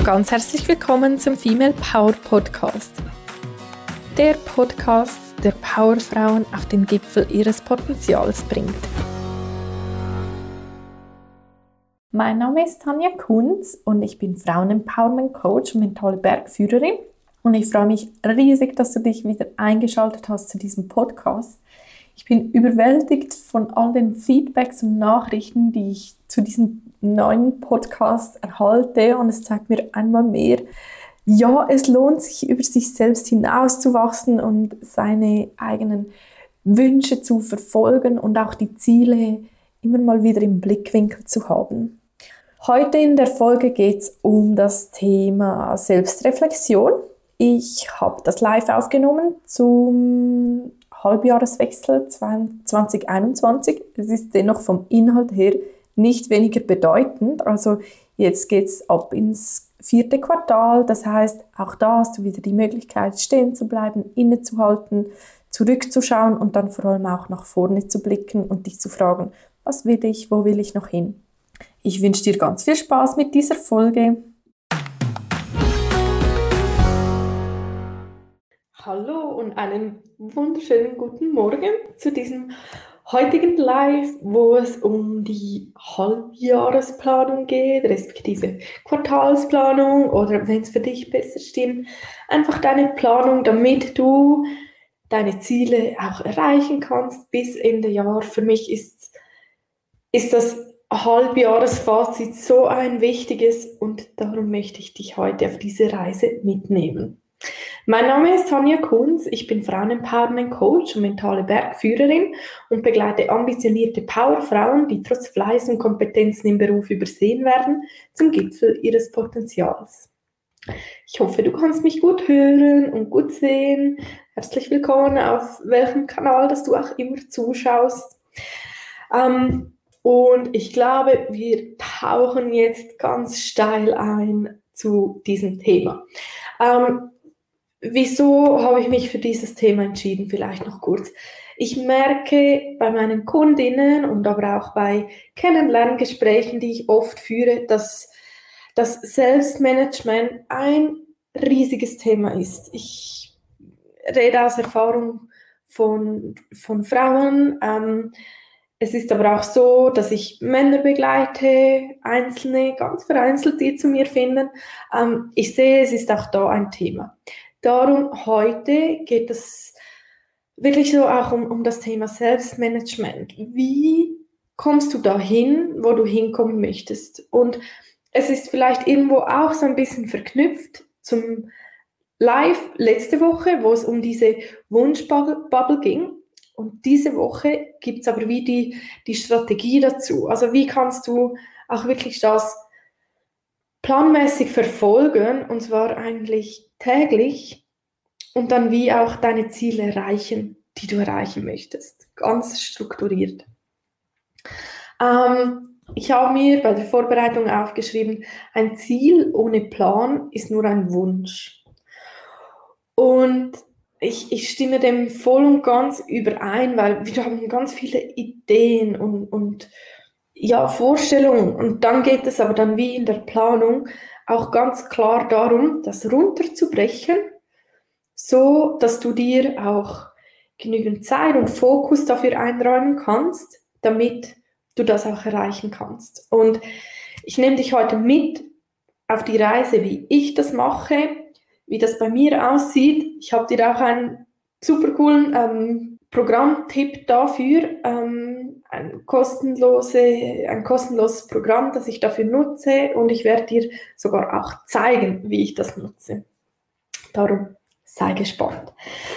ganz herzlich willkommen zum Female Power Podcast. Der Podcast, der Powerfrauen auf den Gipfel ihres Potenzials bringt. Mein Name ist Tanja Kunz und ich bin Frauen-Empowerment Coach und mentale Bergführerin. Und ich freue mich riesig, dass du dich wieder eingeschaltet hast zu diesem Podcast. Ich bin überwältigt von all den Feedbacks und Nachrichten, die ich zu diesem neuen Podcast erhalte. Und es zeigt mir einmal mehr, ja, es lohnt sich, über sich selbst hinauszuwachsen und seine eigenen Wünsche zu verfolgen und auch die Ziele immer mal wieder im Blickwinkel zu haben. Heute in der Folge geht es um das Thema Selbstreflexion. Ich habe das live aufgenommen zum Halbjahreswechsel 2021. Es ist dennoch vom Inhalt her nicht weniger bedeutend. Also jetzt geht es ab ins 4. Quartal. Das heißt, auch da hast du wieder die Möglichkeit, stehen zu bleiben, innezuhalten, zurückzuschauen und dann vor allem auch nach vorne zu blicken und dich zu fragen, was will ich, wo will ich noch hin? Ich wünsche dir ganz viel Spaß mit dieser Folge. Hallo und einen wunderschönen guten Morgen zu diesem heutigen Live, wo es um die Halbjahresplanung geht, respektive Quartalsplanung oder wenn es für dich besser stimmt, einfach deine Planung, damit du deine Ziele auch erreichen kannst bis Ende Jahr. Für mich ist das Halbjahresfazit so ein wichtiges und darum möchte ich dich heute auf diese Reise mitnehmen. Mein Name ist Tanja Kunz, ich bin Frauen-Empowerment Coach und mentale Bergführerin und begleite ambitionierte Powerfrauen, die trotz Fleiß und Kompetenzen im Beruf übersehen werden, zum Gipfel ihres Potenzials. Ich hoffe, du kannst mich gut hören und gut sehen. Herzlich willkommen auf welchem Kanal, dass du auch immer zuschaust. Und ich glaube, wir tauchen jetzt ganz steil ein zu diesem Thema. Wieso habe ich mich für dieses Thema entschieden? Vielleicht noch kurz. Ich merke bei meinen Kundinnen und aber auch bei Kennenlerngesprächen, die ich oft führe, dass das Selbstmanagement ein riesiges Thema ist. Ich rede aus Erfahrung von Frauen. Es ist aber auch so, dass ich Männer begleite, Einzelne, ganz vereinzelt, die zu mir finden. Ich sehe, es ist auch da ein Thema. Darum heute geht es wirklich so auch um das Thema Selbstmanagement. Wie kommst du dahin, wo du hinkommen möchtest? Und es ist vielleicht irgendwo auch so ein bisschen verknüpft zum Live letzte Woche, wo es um diese Wunschbubble ging. Und diese Woche gibt es aber wie die Strategie dazu. Also wie kannst du auch wirklich das planmäßig verfolgen, und zwar eigentlich täglich, und dann wie auch deine Ziele erreichen, die du erreichen möchtest. Ganz strukturiert. Ich habe mir bei der Vorbereitung aufgeschrieben, ein Ziel ohne Plan ist nur ein Wunsch. Und ich stimme dem voll und ganz überein, weil wir haben ganz viele Ideen und ja, Vorstellungen. Und dann geht es aber dann wie in der Planung auch ganz klar darum, das runterzubrechen, so dass du dir auch genügend Zeit und Fokus dafür einräumen kannst, damit du das auch erreichen kannst. Und ich nehme dich heute mit auf die Reise, wie ich das mache, wie das bei mir aussieht. Ich habe dir auch einen super coolen Programmtipp dafür, ein kostenloses Programm, das ich dafür nutze, und ich werde dir sogar auch zeigen, wie ich das nutze. Darum sei gespannt.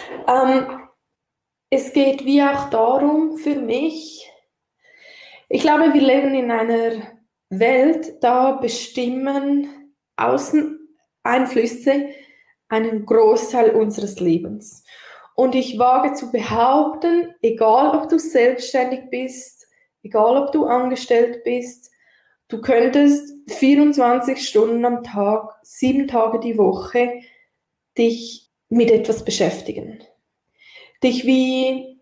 Es geht wie auch darum für mich, ich glaube, wir leben in einer Welt, da bestimmen Außeneinflüsse einen Großteil unseres Lebens. Und ich wage zu behaupten, egal ob du selbstständig bist, egal ob du angestellt bist, du könntest 24 Stunden am Tag, 7 Tage die Woche dich mit etwas beschäftigen. Dich wie,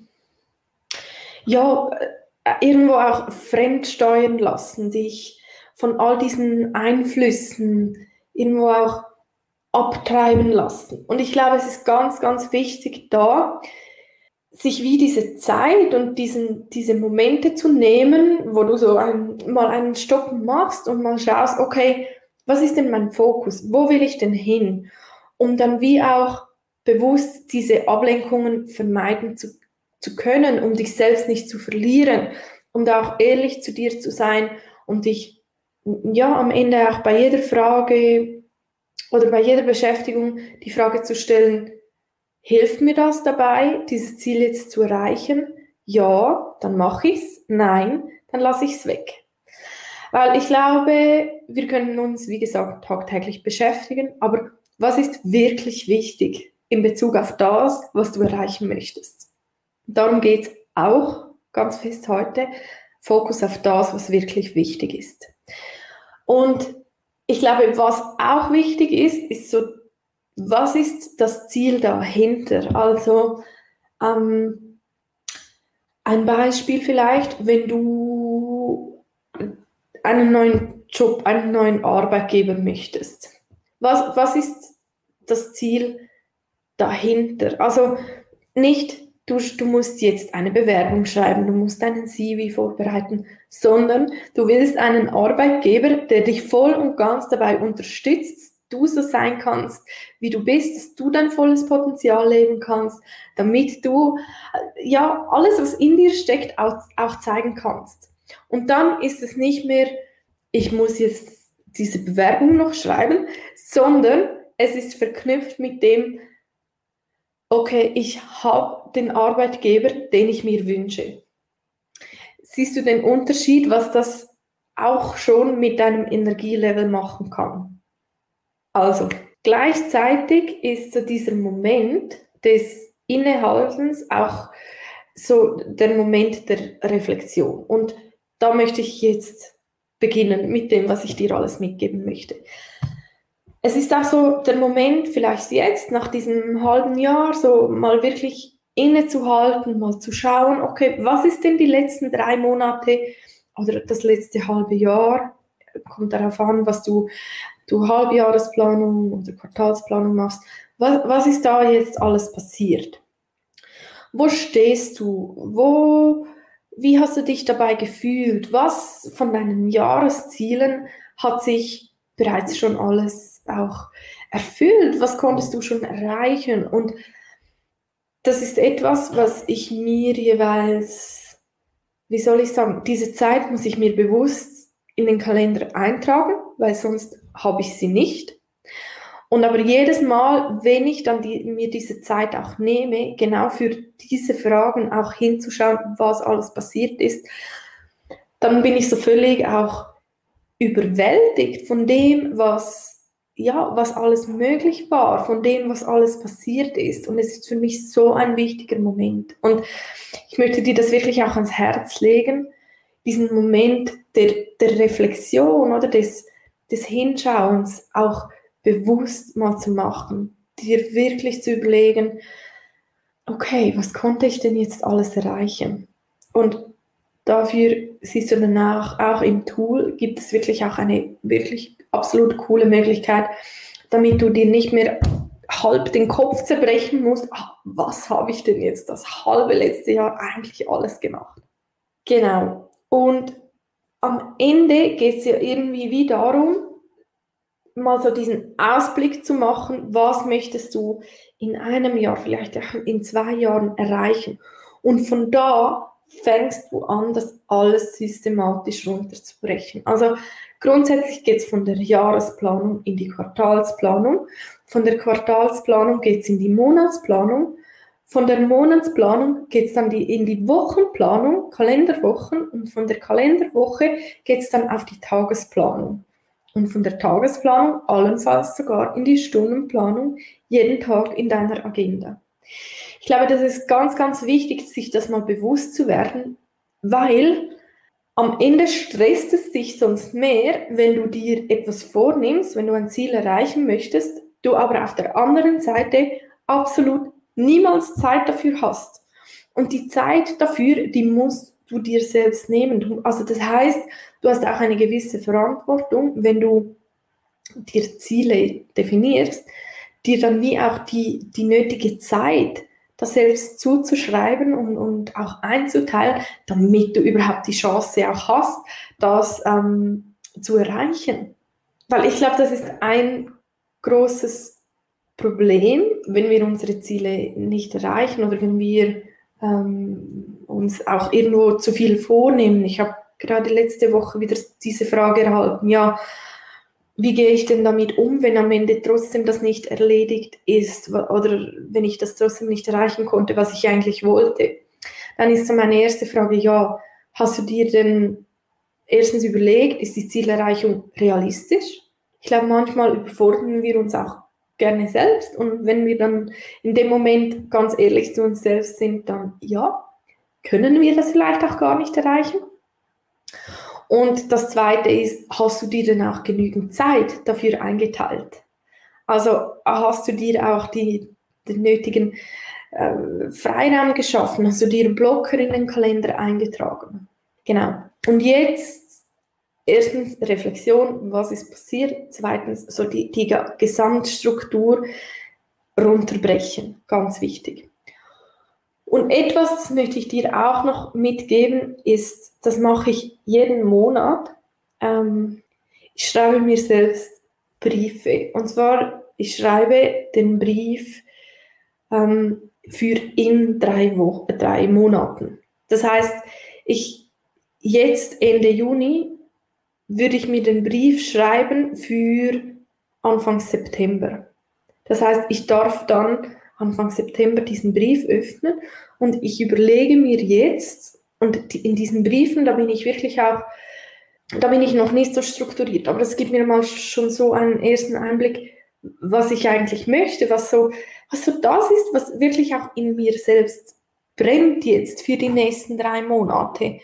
irgendwo auch fremdsteuern lassen, dich von all diesen Einflüssen irgendwo auch abtreiben lassen. Und ich glaube, es ist ganz, ganz wichtig da, sich wie diese Zeit und diese Momente zu nehmen, wo du so mal einen Stopp machst und mal schaust, okay, was ist denn mein Fokus? Wo will ich denn hin? Um dann wie auch bewusst diese Ablenkungen vermeiden zu können, um dich selbst nicht zu verlieren, um da auch ehrlich zu dir zu sein und dich ja am Ende auch bei jeder Frage oder bei jeder Beschäftigung die Frage zu stellen, hilft mir das dabei, dieses Ziel jetzt zu erreichen? Ja, dann mache ich es. Nein, dann lasse ich es weg. Weil ich glaube, wir können uns, wie gesagt, tagtäglich beschäftigen, aber was ist wirklich wichtig in Bezug auf das, was du erreichen möchtest? Darum geht es auch ganz fest heute. Fokus auf das, was wirklich wichtig ist. Und ich glaube, was auch wichtig ist so, was ist das Ziel dahinter? Also ein Beispiel vielleicht, wenn du einen neuen Job, einen neuen Arbeitgeber möchtest. Was ist das Ziel dahinter? Also nicht, du musst jetzt eine Bewerbung schreiben, du musst deinen CV vorbereiten, sondern du willst einen Arbeitgeber, der dich voll und ganz dabei unterstützt, du so sein kannst, wie du bist, dass du dein volles Potenzial leben kannst, damit du ja alles, was in dir steckt, auch zeigen kannst. Und dann ist es nicht mehr, ich muss jetzt diese Bewerbung noch schreiben, sondern es ist verknüpft mit dem, okay, ich habe den Arbeitgeber, den ich mir wünsche. Siehst du den Unterschied, was das auch schon mit deinem Energielevel machen kann? Also, gleichzeitig ist so dieser Moment des Innehaltens auch so der Moment der Reflexion. Und da möchte ich jetzt beginnen mit dem, was ich dir alles mitgeben möchte. Es ist auch so der Moment, vielleicht jetzt, nach diesem halben Jahr, so mal wirklich innezuhalten, mal zu schauen, okay, was ist denn die letzten 3 Monate oder das letzte halbe Jahr, kommt darauf an, was du Halbjahresplanung oder Quartalsplanung machst, was ist da jetzt alles passiert? Wo stehst du? Wie hast du dich dabei gefühlt? Was von deinen Jahreszielen hat sich bereits schon alles auch erfüllt? Was konntest du schon erreichen? Und das ist etwas, was ich mir jeweils, wie soll ich sagen, diese Zeit muss ich mir bewusst in den Kalender eintragen, weil sonst habe ich sie nicht. Und aber jedes Mal, wenn ich dann mir diese Zeit auch nehme, genau für diese Fragen auch hinzuschauen, was alles passiert ist, dann bin ich so völlig auch überwältigt von dem, was alles möglich war, von dem, was alles passiert ist. Und es ist für mich so ein wichtiger Moment. Und ich möchte dir das wirklich auch ans Herz legen, diesen Moment der Reflexion oder des Hinschauens auch bewusst mal zu machen, dir wirklich zu überlegen, okay, was konnte ich denn jetzt alles erreichen? Und dafür siehst du danach auch im Tool, gibt es wirklich auch eine wirklich absolut coole Möglichkeit, damit du dir nicht mehr halb den Kopf zerbrechen musst, was habe ich denn jetzt das halbe letzte Jahr eigentlich alles gemacht? Genau. Und am Ende geht es ja irgendwie wie darum, mal so diesen Ausblick zu machen, was möchtest du in einem Jahr, vielleicht auch in 2 Jahren erreichen. Und von da fängst du an, das alles systematisch runterzubrechen. Also grundsätzlich geht es von der Jahresplanung in die Quartalsplanung. Von der Quartalsplanung geht es in die Monatsplanung. Von der Monatsplanung geht es dann in die Wochenplanung, Kalenderwochen. Und von der Kalenderwoche geht es dann auf die Tagesplanung. Und von der Tagesplanung allenfalls sogar in die Stundenplanung, jeden Tag in deiner Agenda. Ich glaube, das ist ganz, ganz wichtig, sich das mal bewusst zu werden, weil am Ende stresst es dich sonst mehr, wenn du dir etwas vornimmst, wenn du ein Ziel erreichen möchtest, du aber auf der anderen Seite absolut niemals Zeit dafür hast. Und die Zeit dafür, die musst du dir selbst nehmen. Also das heißt, du hast auch eine gewisse Verantwortung, wenn du dir Ziele definierst, dir dann wie auch die nötige Zeit, das selbst zuzuschreiben und auch einzuteilen, damit du überhaupt die Chance auch hast, das zu erreichen. Weil ich glaube, das ist ein großes Problem, wenn wir unsere Ziele nicht erreichen oder wenn wir uns auch irgendwo zu viel vornehmen. Ich habe gerade letzte Woche wieder diese Frage erhalten, ja, wie gehe ich denn damit um, wenn am Ende trotzdem das nicht erledigt ist oder wenn ich das trotzdem nicht erreichen konnte, was ich eigentlich wollte? Dann ist so meine erste Frage, ja, hast du dir denn erstens überlegt, ist die Zielerreichung realistisch? Ich glaube, manchmal überfordern wir uns auch gerne selbst und wenn wir dann in dem Moment ganz ehrlich zu uns selbst sind, dann ja, können wir das vielleicht auch gar nicht erreichen. Und das Zweite ist, hast du dir denn auch genügend Zeit dafür eingeteilt? Also hast du dir auch den nötigen Freiraum geschaffen? Hast du dir einen Blocker in den Kalender eingetragen? Genau. Und jetzt erstens Reflexion, was ist passiert? Zweitens so die Gesamtstruktur runterbrechen, ganz wichtig. Und etwas, das möchte ich dir auch noch mitgeben, ist, das mache ich jeden Monat. Ich schreibe mir selbst Briefe. Und zwar, ich schreibe den Brief für in 3 Monaten. Das heißt, jetzt Ende Juni würde ich mir den Brief schreiben für Anfang September. Das heißt, ich darf dann Anfang September diesen Brief öffnen und ich überlege mir jetzt, und in diesen Briefen, da bin ich wirklich auch, da bin ich noch nicht so strukturiert, aber das gibt mir mal schon so einen ersten Einblick, was ich eigentlich möchte, was so das ist, was wirklich auch in mir selbst brennt jetzt für die nächsten 3 Monate.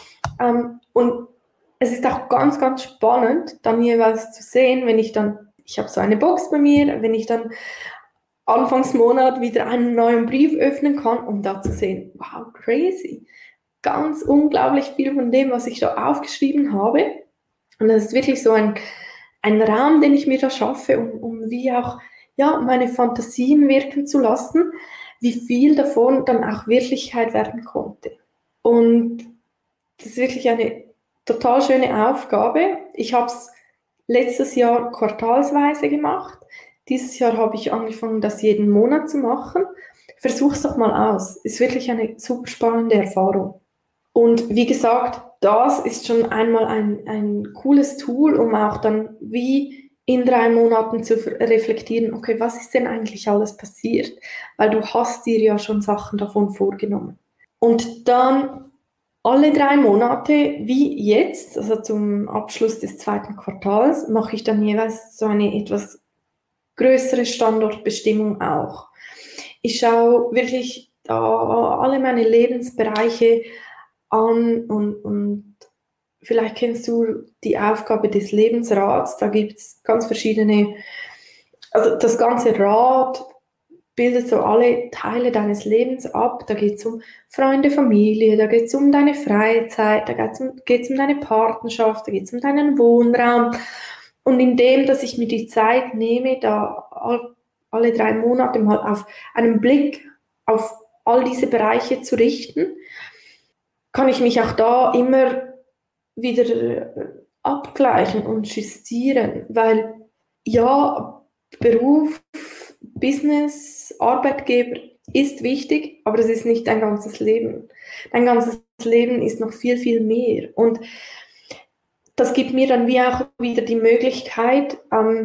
Und es ist auch ganz, ganz spannend, dann jeweils zu sehen, wenn ich habe so eine Box bei mir, wenn ich dann Anfangsmonat wieder einen neuen Brief öffnen kann, um da zu sehen, wow, crazy. Ganz unglaublich viel von dem, was ich da aufgeschrieben habe. Und das ist wirklich so ein Raum, den ich mir da schaffe, um wie auch ja, meine Fantasien wirken zu lassen, wie viel davon dann auch Wirklichkeit werden konnte. Und das ist wirklich eine total schöne Aufgabe. Ich habe es letztes Jahr quartalsweise gemacht. Dieses Jahr habe ich angefangen, das jeden Monat zu machen. Versuch es doch mal aus. Ist wirklich eine super spannende Erfahrung. Und wie gesagt, das ist schon einmal ein cooles Tool, um auch dann wie in 3 Monaten zu reflektieren, okay, was ist denn eigentlich alles passiert? Weil du hast dir ja schon Sachen davon vorgenommen. Und dann alle 3 Monate, wie jetzt, also zum Abschluss des 2. Quartals, mache ich dann jeweils so eine etwas größere Standortbestimmung auch. Ich schaue wirklich da alle meine Lebensbereiche an und vielleicht kennst du die Aufgabe des Lebensrats, da gibt es ganz verschiedene, also das ganze Rad bildet so alle Teile deines Lebens ab, da geht es um Freunde, Familie, da geht es um deine Freizeit, da geht es um deine Partnerschaft, da geht es um deinen Wohnraum und indem, dass ich mir die Zeit nehme, da alle 3 Monate mal auf einen Blick auf all diese Bereiche zu richten, kann ich mich auch da immer wieder abgleichen und justieren, weil ja, Beruf, Business, Arbeitgeber ist wichtig, aber es ist nicht dein ganzes Leben. Dein ganzes Leben ist noch viel, viel mehr. Und das gibt mir dann wie auch wieder die Möglichkeit,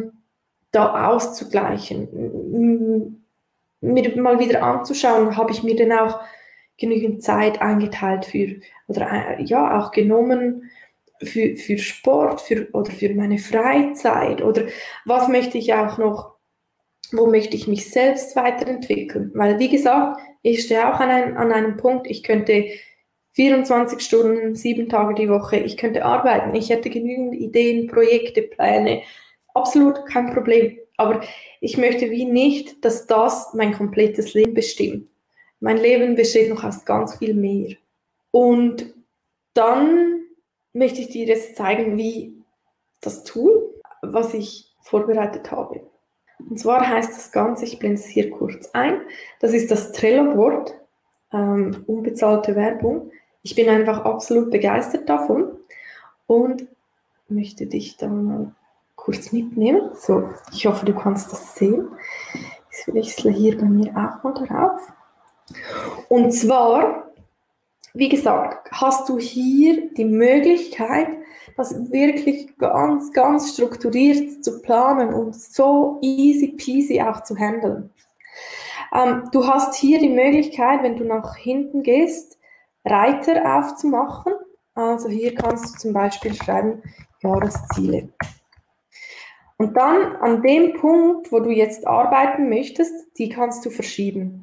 da auszugleichen, mir mal wieder anzuschauen, habe ich mir denn auch genügend Zeit eingeteilt oder ja, auch genommen für Sport oder für meine Freizeit oder was möchte ich auch noch, wo möchte ich mich selbst weiterentwickeln? Weil, wie gesagt, ich stehe auch an einem Punkt, ich könnte 24 Stunden, 7 Tage die Woche, ich könnte arbeiten, ich hätte genügend Ideen, Projekte, Pläne, absolut kein Problem. Aber ich möchte wie nicht, dass das mein komplettes Leben bestimmt. Mein Leben besteht noch aus ganz viel mehr. Und dann möchte ich dir jetzt zeigen, wie das Tool, was ich vorbereitet habe. Und zwar heißt das Ganze, ich blende es hier kurz ein, das ist das Trello-Board, unbezahlte Werbung. Ich bin einfach absolut begeistert davon und möchte dich dann mal kurz mitnehmen. So, ich hoffe, du kannst das sehen. Ich wechsle hier bei mir auch mal darauf. Und zwar, wie gesagt, hast du hier die Möglichkeit, das wirklich ganz, ganz strukturiert zu planen und so easy peasy auch zu handeln. Du hast hier die Möglichkeit, wenn du nach hinten gehst, Reiter aufzumachen. Also hier kannst du zum Beispiel schreiben Jahresziele. Und dann an dem Punkt, wo du jetzt arbeiten möchtest, die kannst du verschieben.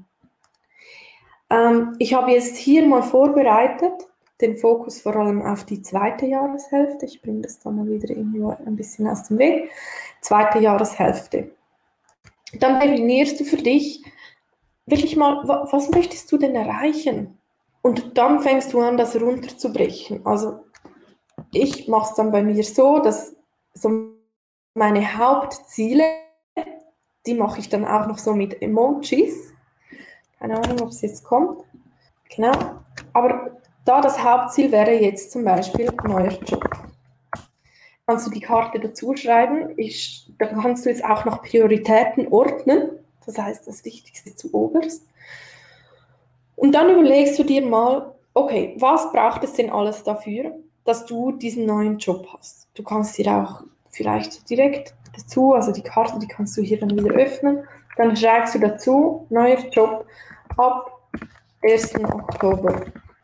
Ich habe jetzt hier mal vorbereitet, den Fokus vor allem auf die zweite Jahreshälfte. Ich bringe das dann mal wieder irgendwo ein bisschen aus dem Weg. Zweite Jahreshälfte. Dann definierst du für dich wirklich mal, was möchtest du denn erreichen? Und dann fängst du an, das runterzubrechen. Also ich mache es dann bei mir so, dass so meine Hauptziele, die mache ich dann auch noch so mit Emojis. Keine Ahnung, ob es jetzt kommt. Genau. Aber da das Hauptziel wäre jetzt zum Beispiel neuer Job. Kannst du die Karte dazu schreiben. Da kannst du jetzt auch noch Prioritäten ordnen. Das heißt, das Wichtigste zuoberst. Und dann überlegst du dir mal, okay, was braucht es denn alles dafür, dass du diesen neuen Job hast? Du kannst dir auch vielleicht direkt dazu, also die Karte, die kannst du hier dann wieder öffnen. Dann schreibst du dazu, neuer Job ab 1. Oktober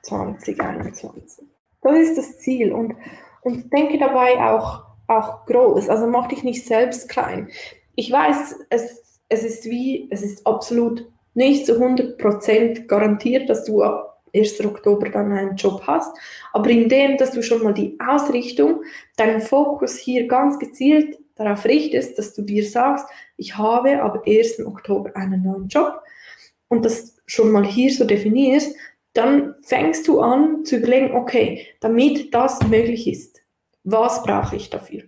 2021. Das ist das Ziel und denke dabei auch groß, also mach dich nicht selbst klein. Ich weiß, es ist absolut nicht zu 100% garantiert, dass du ab 1. Oktober dann einen Job hast, aber indem, dass du schon mal die Ausrichtung, deinen Fokus hier ganz gezielt darauf richtest, dass du dir sagst, ich habe ab 1. Oktober einen neuen Job und das schon mal hier so definierst, dann fängst du an zu überlegen, okay, damit das möglich ist, was brauche ich dafür?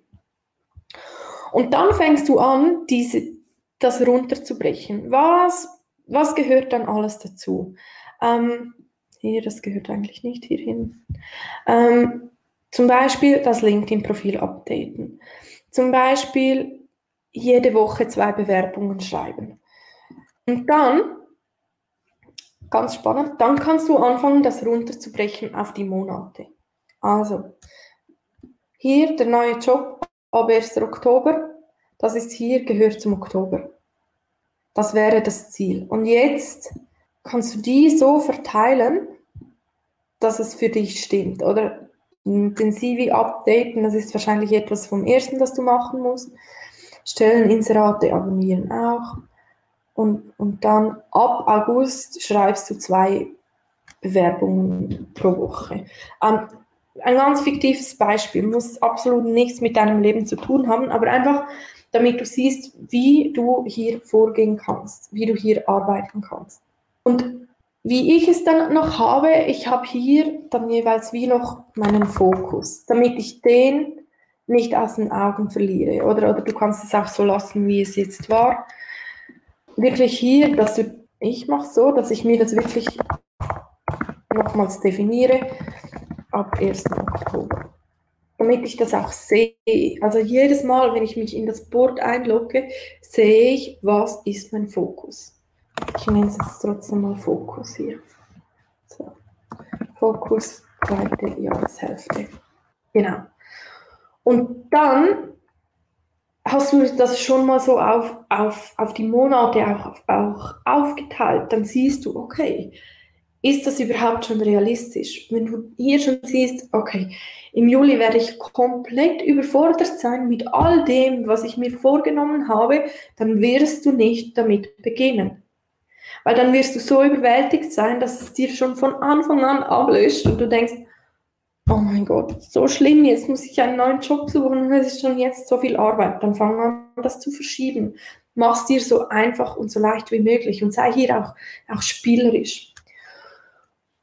Und dann fängst du an, das runterzubrechen. Was gehört dann alles dazu? Hier, das gehört eigentlich nicht hierhin. Zum Beispiel das LinkedIn-Profil updaten. Zum Beispiel jede Woche 2 Bewerbungen schreiben. Und dann, ganz spannend, dann kannst du anfangen, das runterzubrechen auf die Monate. Also, hier der neue Job ab 1. Oktober, das ist hier, gehört zum Oktober. Das wäre das Ziel. Und jetzt kannst du die so verteilen, dass es für dich stimmt. Oder den CV updaten, das ist wahrscheinlich etwas vom Ersten, das du machen musst. Stelleninserate abonnieren auch. Und dann ab August schreibst du 2 Bewerbungen pro Woche. Ein ganz fiktives Beispiel, muss absolut nichts mit deinem Leben zu tun haben, aber einfach, damit du siehst, wie du hier vorgehen kannst, wie du hier arbeiten kannst. Und wie ich es dann noch habe, ich habe hier dann jeweils wie noch meinen Fokus, damit ich den nicht aus den Augen verliere. Oder du kannst es auch so lassen, wie es jetzt war. Wirklich hier, ich mache es so, dass ich mir das wirklich nochmals definiere, ab 1. Oktober. Damit ich das auch sehe. Also jedes Mal, wenn ich mich in das Board einlogge, sehe ich, was ist mein Fokus. Ich nenne es jetzt trotzdem mal Fokus hier. So. Fokus, zweite Jahreshälfte. Genau. Und dann hast du das schon mal so auf die Monate auch aufgeteilt. Dann siehst du, okay, ist das überhaupt schon realistisch? Wenn du hier schon siehst, okay, im Juli werde ich komplett überfordert sein mit all dem, was ich mir vorgenommen habe, dann wirst du nicht damit beginnen. Weil dann wirst du so überwältigt sein, dass es dir schon von Anfang an ablöscht und du denkst, oh mein Gott, so schlimm, jetzt muss ich einen neuen Job suchen und es ist schon jetzt so viel Arbeit. Dann fang an, das zu verschieben. Mach es dir so einfach und so leicht wie möglich und sei hier auch spielerisch.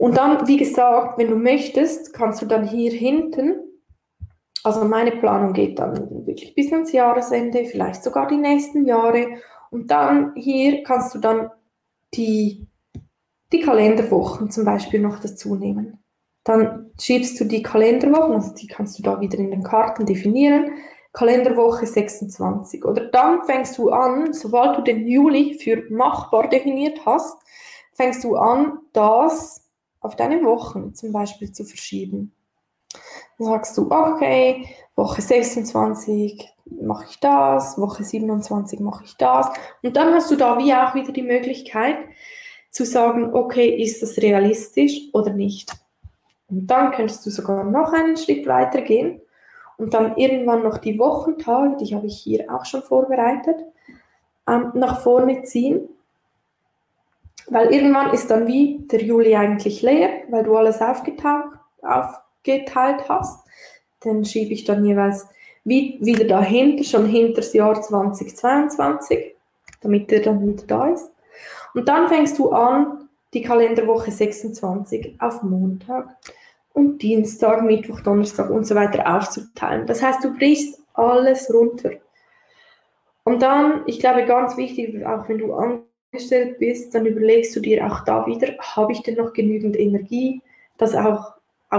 Und dann, wie gesagt, wenn du möchtest, kannst du dann hier hinten, also meine Planung geht dann wirklich bis ans Jahresende, vielleicht sogar die nächsten Jahre. Und dann hier kannst du dann die Kalenderwochen zum Beispiel noch dazu nehmen. Dann schiebst du die Kalenderwochen, also die kannst du da wieder in den Karten definieren, Kalenderwoche 26. Oder dann fängst du an, sobald du den Juli für machbar definiert hast, fängst du an, das auf deine Wochen zum Beispiel zu verschieben. Dann sagst du, okay, Woche 26 mache ich das, Woche 27 mache ich das. Und dann hast du da wie auch wieder die Möglichkeit zu sagen, okay, ist das realistisch oder nicht? Und dann könntest du sogar noch einen Schritt weiter gehen und dann irgendwann noch die Wochentage, die habe ich hier auch schon vorbereitet, nach vorne ziehen. Weil irgendwann ist dann wie der Juli eigentlich leer, weil du alles aufgeteilt hast. Dann schiebe ich dann jeweils wieder dahinter, schon hinter das Jahr 2022, damit der dann wieder da ist. Und dann fängst du an, die Kalenderwoche 26 auf Montag und Dienstag, Mittwoch, Donnerstag und so weiter aufzuteilen. Das heißt, du brichst alles runter. Und dann, ich glaube, ganz wichtig, auch wenn du angestellt bist, dann überlegst du dir auch da wieder, habe ich denn noch genügend Energie, das auch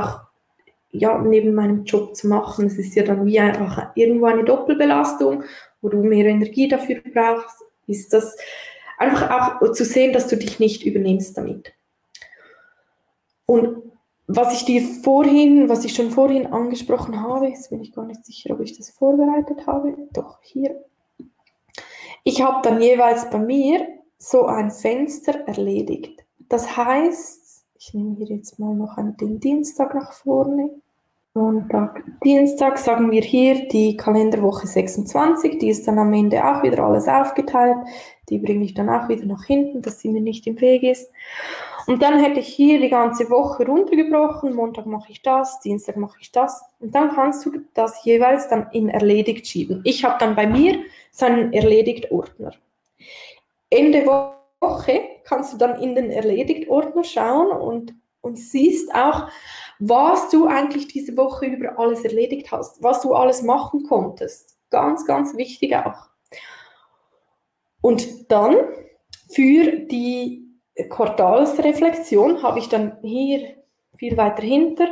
ja, neben meinem Job zu machen. Es ist ja dann wie einfach irgendwo eine Doppelbelastung, wo du mehr Energie dafür brauchst, ist das einfach auch zu sehen, dass du dich nicht übernimmst damit. Und was ich schon vorhin angesprochen habe, jetzt bin ich gar nicht sicher, ob ich das vorbereitet habe, doch hier. Ich habe dann jeweils bei mir so ein Fenster erledigt. Das heißt, ich nehme hier jetzt mal noch den Dienstag nach vorne. Montag, Dienstag, sagen wir hier die Kalenderwoche 26, die ist dann am Ende auch wieder alles aufgeteilt. Die bringe ich dann auch wieder nach hinten, dass sie mir nicht im Weg ist. Und dann hätte ich hier die ganze Woche runtergebrochen. Montag mache ich das, Dienstag mache ich das. Und dann kannst du das jeweils dann in Erledigt schieben. Ich habe dann bei mir so einen Erledigt-Ordner. Ende Woche kannst du dann in den Erledigt-Ordner schauen und siehst auch, was du eigentlich diese Woche über alles erledigt hast, was du alles machen konntest. Ganz, ganz wichtig auch. Und dann für die Quartalsreflexion habe ich dann hier viel weiter hinter,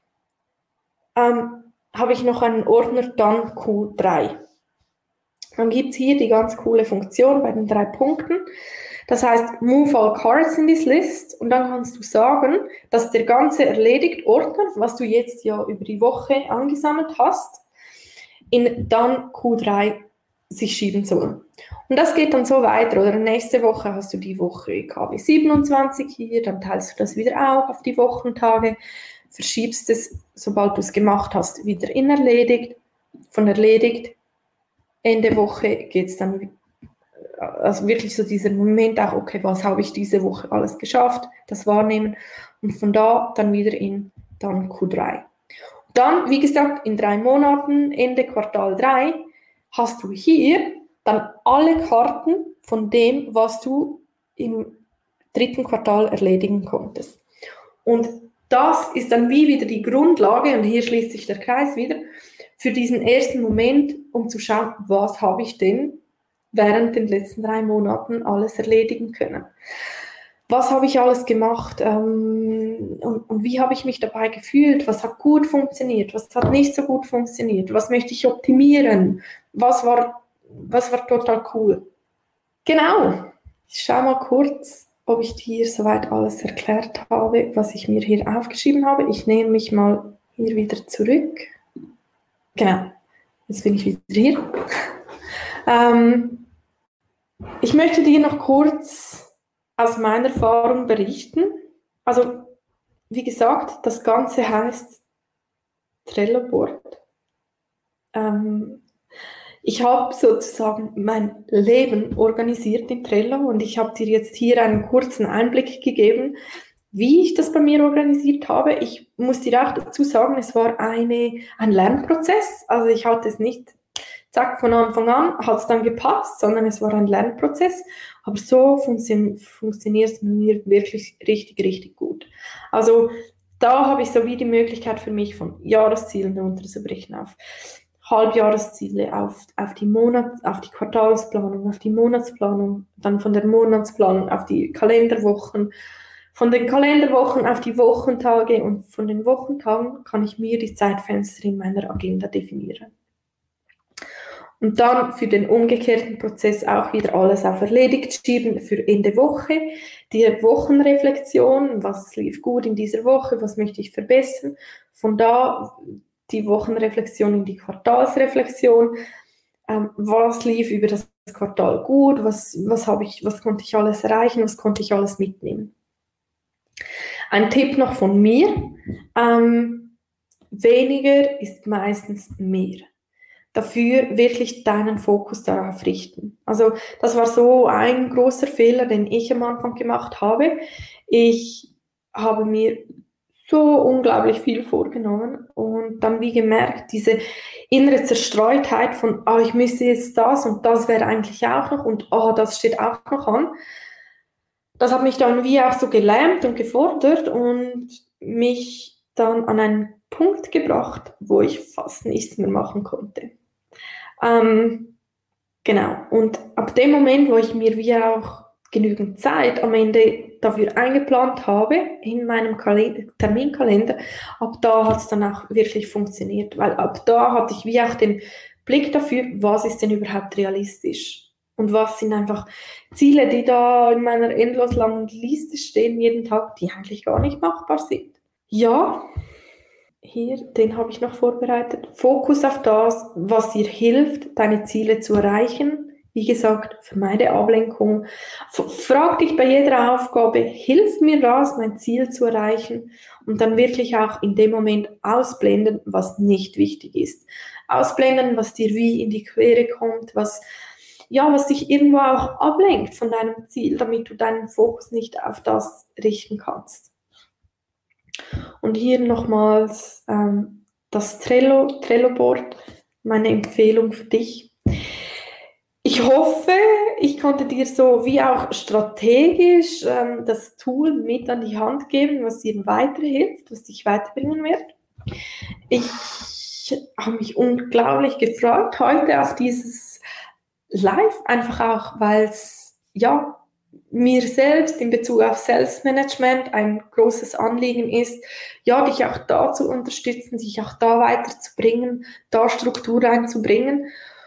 habe ich noch einen Ordner dann Q3. Dann gibt es hier die ganz coole Funktion bei den 3 Punkten. Das heißt, move all cards in this list und dann kannst du sagen, dass der ganze Erledigt-Ordner, was du jetzt ja über die Woche angesammelt hast, in dann Q3 sich schieben soll. Und das geht dann so weiter, oder nächste Woche hast du die Woche KW 27 hier, dann teilst du das wieder auf die Wochentage, verschiebst es, sobald du es gemacht hast, wieder in Erledigt, von Erledigt, Ende Woche geht es dann, also wirklich so dieser Moment auch, okay, was habe ich diese Woche alles geschafft, das wahrnehmen und von da dann wieder in dann Q3. Dann, wie gesagt, in 3 Monaten, Ende Quartal 3, hast du hier dann alle Karten von dem, was du im 3. Quartal erledigen konntest. Und das ist dann wie wieder die Grundlage, und hier schließt sich der Kreis wieder, für diesen ersten Moment, um zu schauen, was habe ich denn während den letzten 3 Monaten alles erledigen können. Was habe ich alles gemacht und wie habe ich mich dabei gefühlt? Was hat gut funktioniert? Was hat nicht so gut funktioniert? Was möchte ich optimieren? Was war total cool? Genau. Ich schaue mal kurz, ob ich dir soweit alles erklärt habe, was ich mir hier aufgeschrieben habe. Ich nehme mich mal hier wieder zurück. Genau. Jetzt bin ich wieder hier. Ich möchte dir noch kurz aus meiner Erfahrung berichten. Also, wie gesagt, das Ganze heißt Trello-Board. Ich habe sozusagen mein Leben organisiert in Trello und ich habe dir jetzt hier einen kurzen Einblick gegeben, wie ich das bei mir organisiert habe. Ich muss dir auch dazu sagen, es war ein Lernprozess. Also ich hatte es nicht zack, von Anfang an hat es dann gepasst, sondern es war ein Lernprozess. Aber so funktioniert es bei mir wirklich richtig, richtig gut. Also da habe ich so wie die Möglichkeit für mich von Jahreszielen runterzubrechen auf Halbjahresziele, auf die Quartalsplanung, auf die Monatsplanung, dann von der Monatsplanung auf die Kalenderwochen, von den Kalenderwochen auf die Wochentage und von den Wochentagen kann ich mir die Zeitfenster in meiner Agenda definieren. Und dann für den umgekehrten Prozess auch wieder alles auf erledigt schieben für Ende Woche. Die Wochenreflexion, was lief gut in dieser Woche, was möchte ich verbessern. Von da die Wochenreflexion in die Quartalsreflexion. Was lief über das Quartal gut, was konnte ich alles erreichen, was konnte ich alles mitnehmen. Ein Tipp noch von mir, weniger ist meistens mehr. Dafür wirklich deinen Fokus darauf richten. Also das war so ein großer Fehler, den ich am Anfang gemacht habe. Ich habe mir so unglaublich viel vorgenommen und dann wie gemerkt, diese innere Zerstreutheit von, ich müsste jetzt das und das wäre eigentlich auch noch und das steht auch noch an. Das hat mich dann wie auch so gelähmt und gefordert und mich dann an einen Punkt gebracht, wo ich fast nichts mehr machen konnte. Genau, und ab dem Moment, wo ich mir wie auch genügend Zeit am Ende dafür eingeplant habe, in meinem Terminkalender, ab da hat es dann auch wirklich funktioniert, weil ab da hatte ich wie auch den Blick dafür, was ist denn überhaupt realistisch und was sind einfach Ziele, die da in meiner endlos langen Liste stehen jeden Tag, die eigentlich gar nicht machbar sind. Ja, hier, den habe ich noch vorbereitet. Fokus auf das, was dir hilft, deine Ziele zu erreichen. Wie gesagt, vermeide Ablenkung. Frag dich bei jeder Aufgabe, hilft mir das, mein Ziel zu erreichen? Und dann wirklich auch in dem Moment ausblenden, was nicht wichtig ist. Ausblenden, was dir wie in die Quere kommt, was dich irgendwo auch ablenkt von deinem Ziel, damit du deinen Fokus nicht auf das richten kannst. Und hier nochmals das Trello-Board, meine Empfehlung für dich. Ich hoffe, ich konnte dir so wie auch strategisch das Tool mit an die Hand geben, was dir weiterhilft, was dich weiterbringen wird. Ich habe mich unglaublich gefreut heute auf dieses Live, einfach auch, weil es mir selbst in Bezug auf Selbstmanagement ein großes Anliegen ist, dich auch da zu unterstützen, dich auch da weiterzubringen, da Struktur reinzubringen.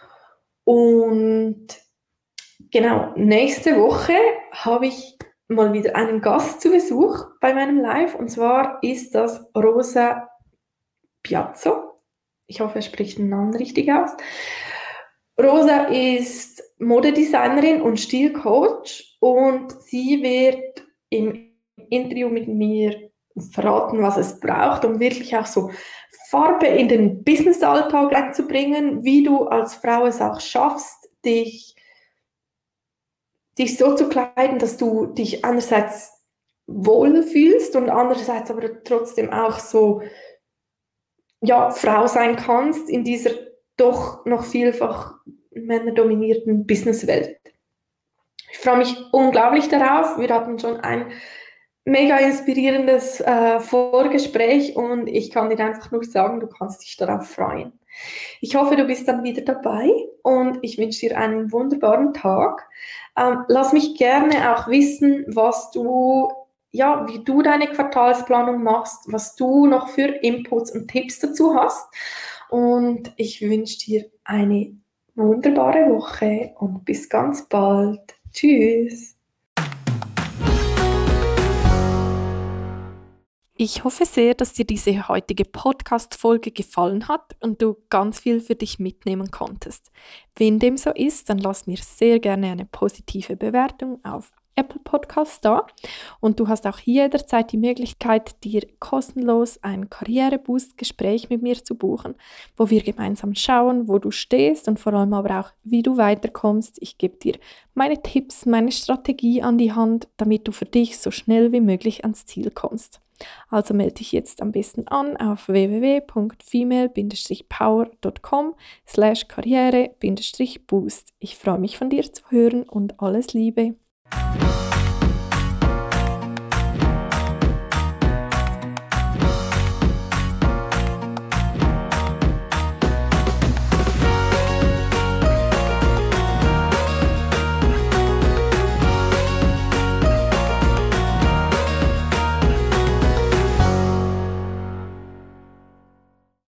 Und genau, nächste Woche habe ich mal wieder einen Gast zu Besuch bei meinem Live, und zwar ist das Rosa Piazzo. Ich hoffe, er spricht den Namen richtig aus. Rosa ist Modedesignerin und Stilcoach und sie wird im Interview mit mir verraten, was es braucht, um wirklich auch so Farbe in den Business-Alltag reinzubringen, wie du als Frau es auch schaffst, dich so zu kleiden, dass du dich einerseits wohl fühlst und andererseits aber trotzdem auch so Frau sein kannst in dieser doch noch vielfach männerdominierten Businesswelt. Ich freue mich unglaublich darauf. Wir hatten schon ein mega inspirierendes Vorgespräch und ich kann dir einfach nur sagen, du kannst dich darauf freuen. Ich hoffe, du bist dann wieder dabei und ich wünsche dir einen wunderbaren Tag. Lass mich gerne auch wissen, wie du deine Quartalsplanung machst, was du noch für Inputs und Tipps dazu hast. Und ich wünsche dir eine wunderbare Woche und bis ganz bald. Tschüss. Ich hoffe sehr, dass dir diese heutige Podcast-Folge gefallen hat und du ganz viel für dich mitnehmen konntest. Wenn dem so ist, dann lass mir sehr gerne eine positive Bewertung auf Apple Podcasts da. Und du hast auch jederzeit die Möglichkeit, dir kostenlos ein Karriereboost-Gespräch mit mir zu buchen, wo wir gemeinsam schauen, wo du stehst und vor allem aber auch, wie du weiterkommst. Ich gebe dir meine Tipps, meine Strategie an die Hand, damit du für dich so schnell wie möglich ans Ziel kommst. Also melde dich jetzt am besten an auf www.female-power.com/karriere-boost. Ich freue mich von dir zu hören und alles Liebe.